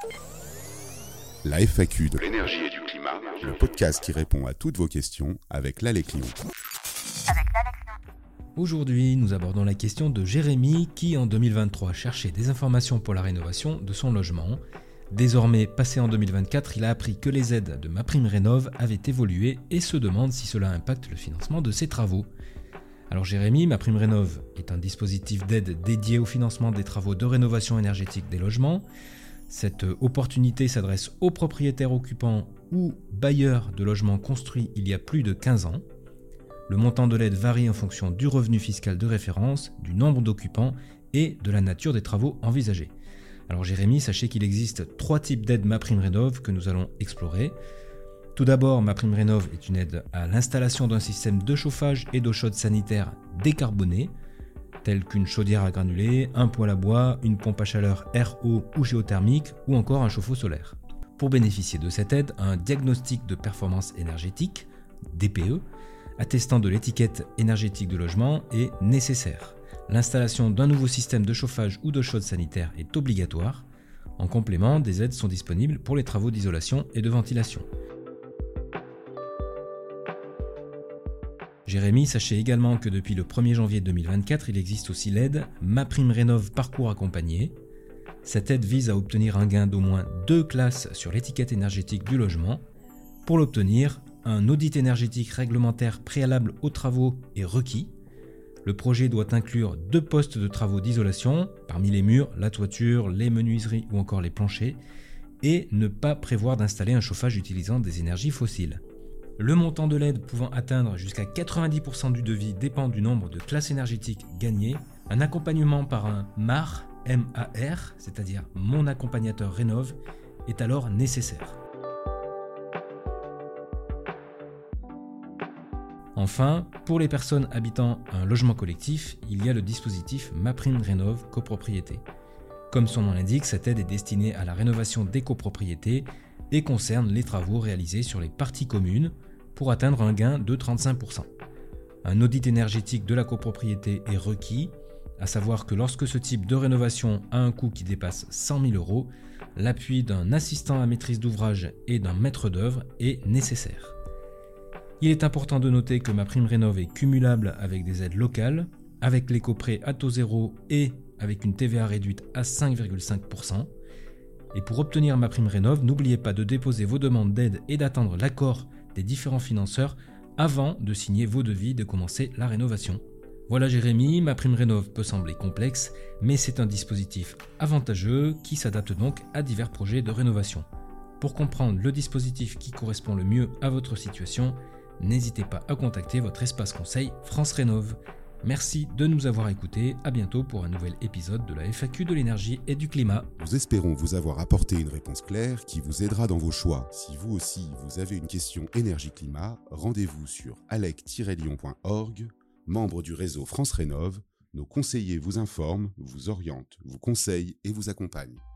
La FAQ de l'énergie et du climat, le podcast qui répond à toutes vos questions avec l'Allec Lyon. Aujourd'hui, nous abordons la question de Jérémy qui, en 2023, cherchait des informations pour la rénovation de son logement. Désormais, passé en 2024, il a appris que les aides de MaPrimeRénov' avaient évolué et se demande si cela impacte le financement de ses travaux. Alors Jérémy, MaPrimeRénov' est un dispositif d'aide dédié au financement des travaux de rénovation énergétique des logements. Cette opportunité s'adresse aux propriétaires occupants ou bailleurs de logements construits il y a plus de 15 ans. Le montant de l'aide varie en fonction du revenu fiscal de référence, du nombre d'occupants et de la nature des travaux envisagés. Alors Jérémy, sachez qu'il existe 3 types d'aides MaPrimeRénov' que nous allons explorer. Tout d'abord, MaPrimeRénov' est une aide à l'installation d'un système de chauffage et d'eau chaude sanitaire décarboné, tel qu'une chaudière à granulés, un poêle à bois, une pompe à chaleur RO ou géothermique ou encore un chauffe-eau solaire. Pour bénéficier de cette aide, un diagnostic de performance énergétique, DPE, attestant de l'étiquette énergétique du logement est nécessaire. L'installation d'un nouveau système de chauffage ou d'eau chaude sanitaire est obligatoire. En complément, des aides sont disponibles pour les travaux d'isolation et de ventilation. Jérémy, sachez également que depuis le 1er janvier 2024, il existe aussi l'aide MaPrimeRénov' Parcours Accompagné. Cette aide vise à obtenir un gain d'au moins 2 classes sur l'étiquette énergétique du logement. Pour l'obtenir, un audit énergétique réglementaire préalable aux travaux est requis. Le projet doit inclure 2 postes de travaux d'isolation, parmi les murs, la toiture, les menuiseries ou encore les planchers, et ne pas prévoir d'installer un chauffage utilisant des énergies fossiles. Le montant de l'aide pouvant atteindre jusqu'à 90% du devis dépend du nombre de classes énergétiques gagnées. Un accompagnement par un MAR, M-A-R, c'est-à-dire Mon Accompagnateur Rénov', est alors nécessaire. Enfin, pour les personnes habitant un logement collectif, il y a le dispositif MaPrimeRénov' Copropriété. Comme son nom l'indique, cette aide est destinée à la rénovation des copropriétés et concerne les travaux réalisés sur les parties communes pour atteindre un gain de 35%. Un audit énergétique de la copropriété est requis, à savoir que lorsque ce type de rénovation a un coût qui dépasse 100 000 €, l'appui d'un assistant à maîtrise d'ouvrage et d'un maître d'œuvre est nécessaire. Il est important de noter que MaPrimeRénov' est cumulable avec des aides locales, avec l'éco-prêt à taux zéro et avec une TVA réduite à 5,5%. Et pour obtenir MaPrimeRénov', n'oubliez pas de déposer vos demandes d'aide et d'attendre l'accord des différents financeurs avant de signer vos devis et de commencer la rénovation. Voilà Jérémy, MaPrimeRénov' peut sembler complexe, mais c'est un dispositif avantageux qui s'adapte donc à divers projets de rénovation. Pour comprendre le dispositif qui correspond le mieux à votre situation, n'hésitez pas à contacter votre espace conseil France Rénov'. Merci de nous avoir écoutés, à bientôt pour un nouvel épisode de la FAQ de l'énergie et du climat. Nous espérons vous avoir apporté une réponse claire qui vous aidera dans vos choix. Si vous aussi vous avez une question énergie-climat, rendez-vous sur allec-lyon.org, membre du réseau France Rénov'. Nos conseillers vous informent, vous orientent, vous conseillent et vous accompagnent.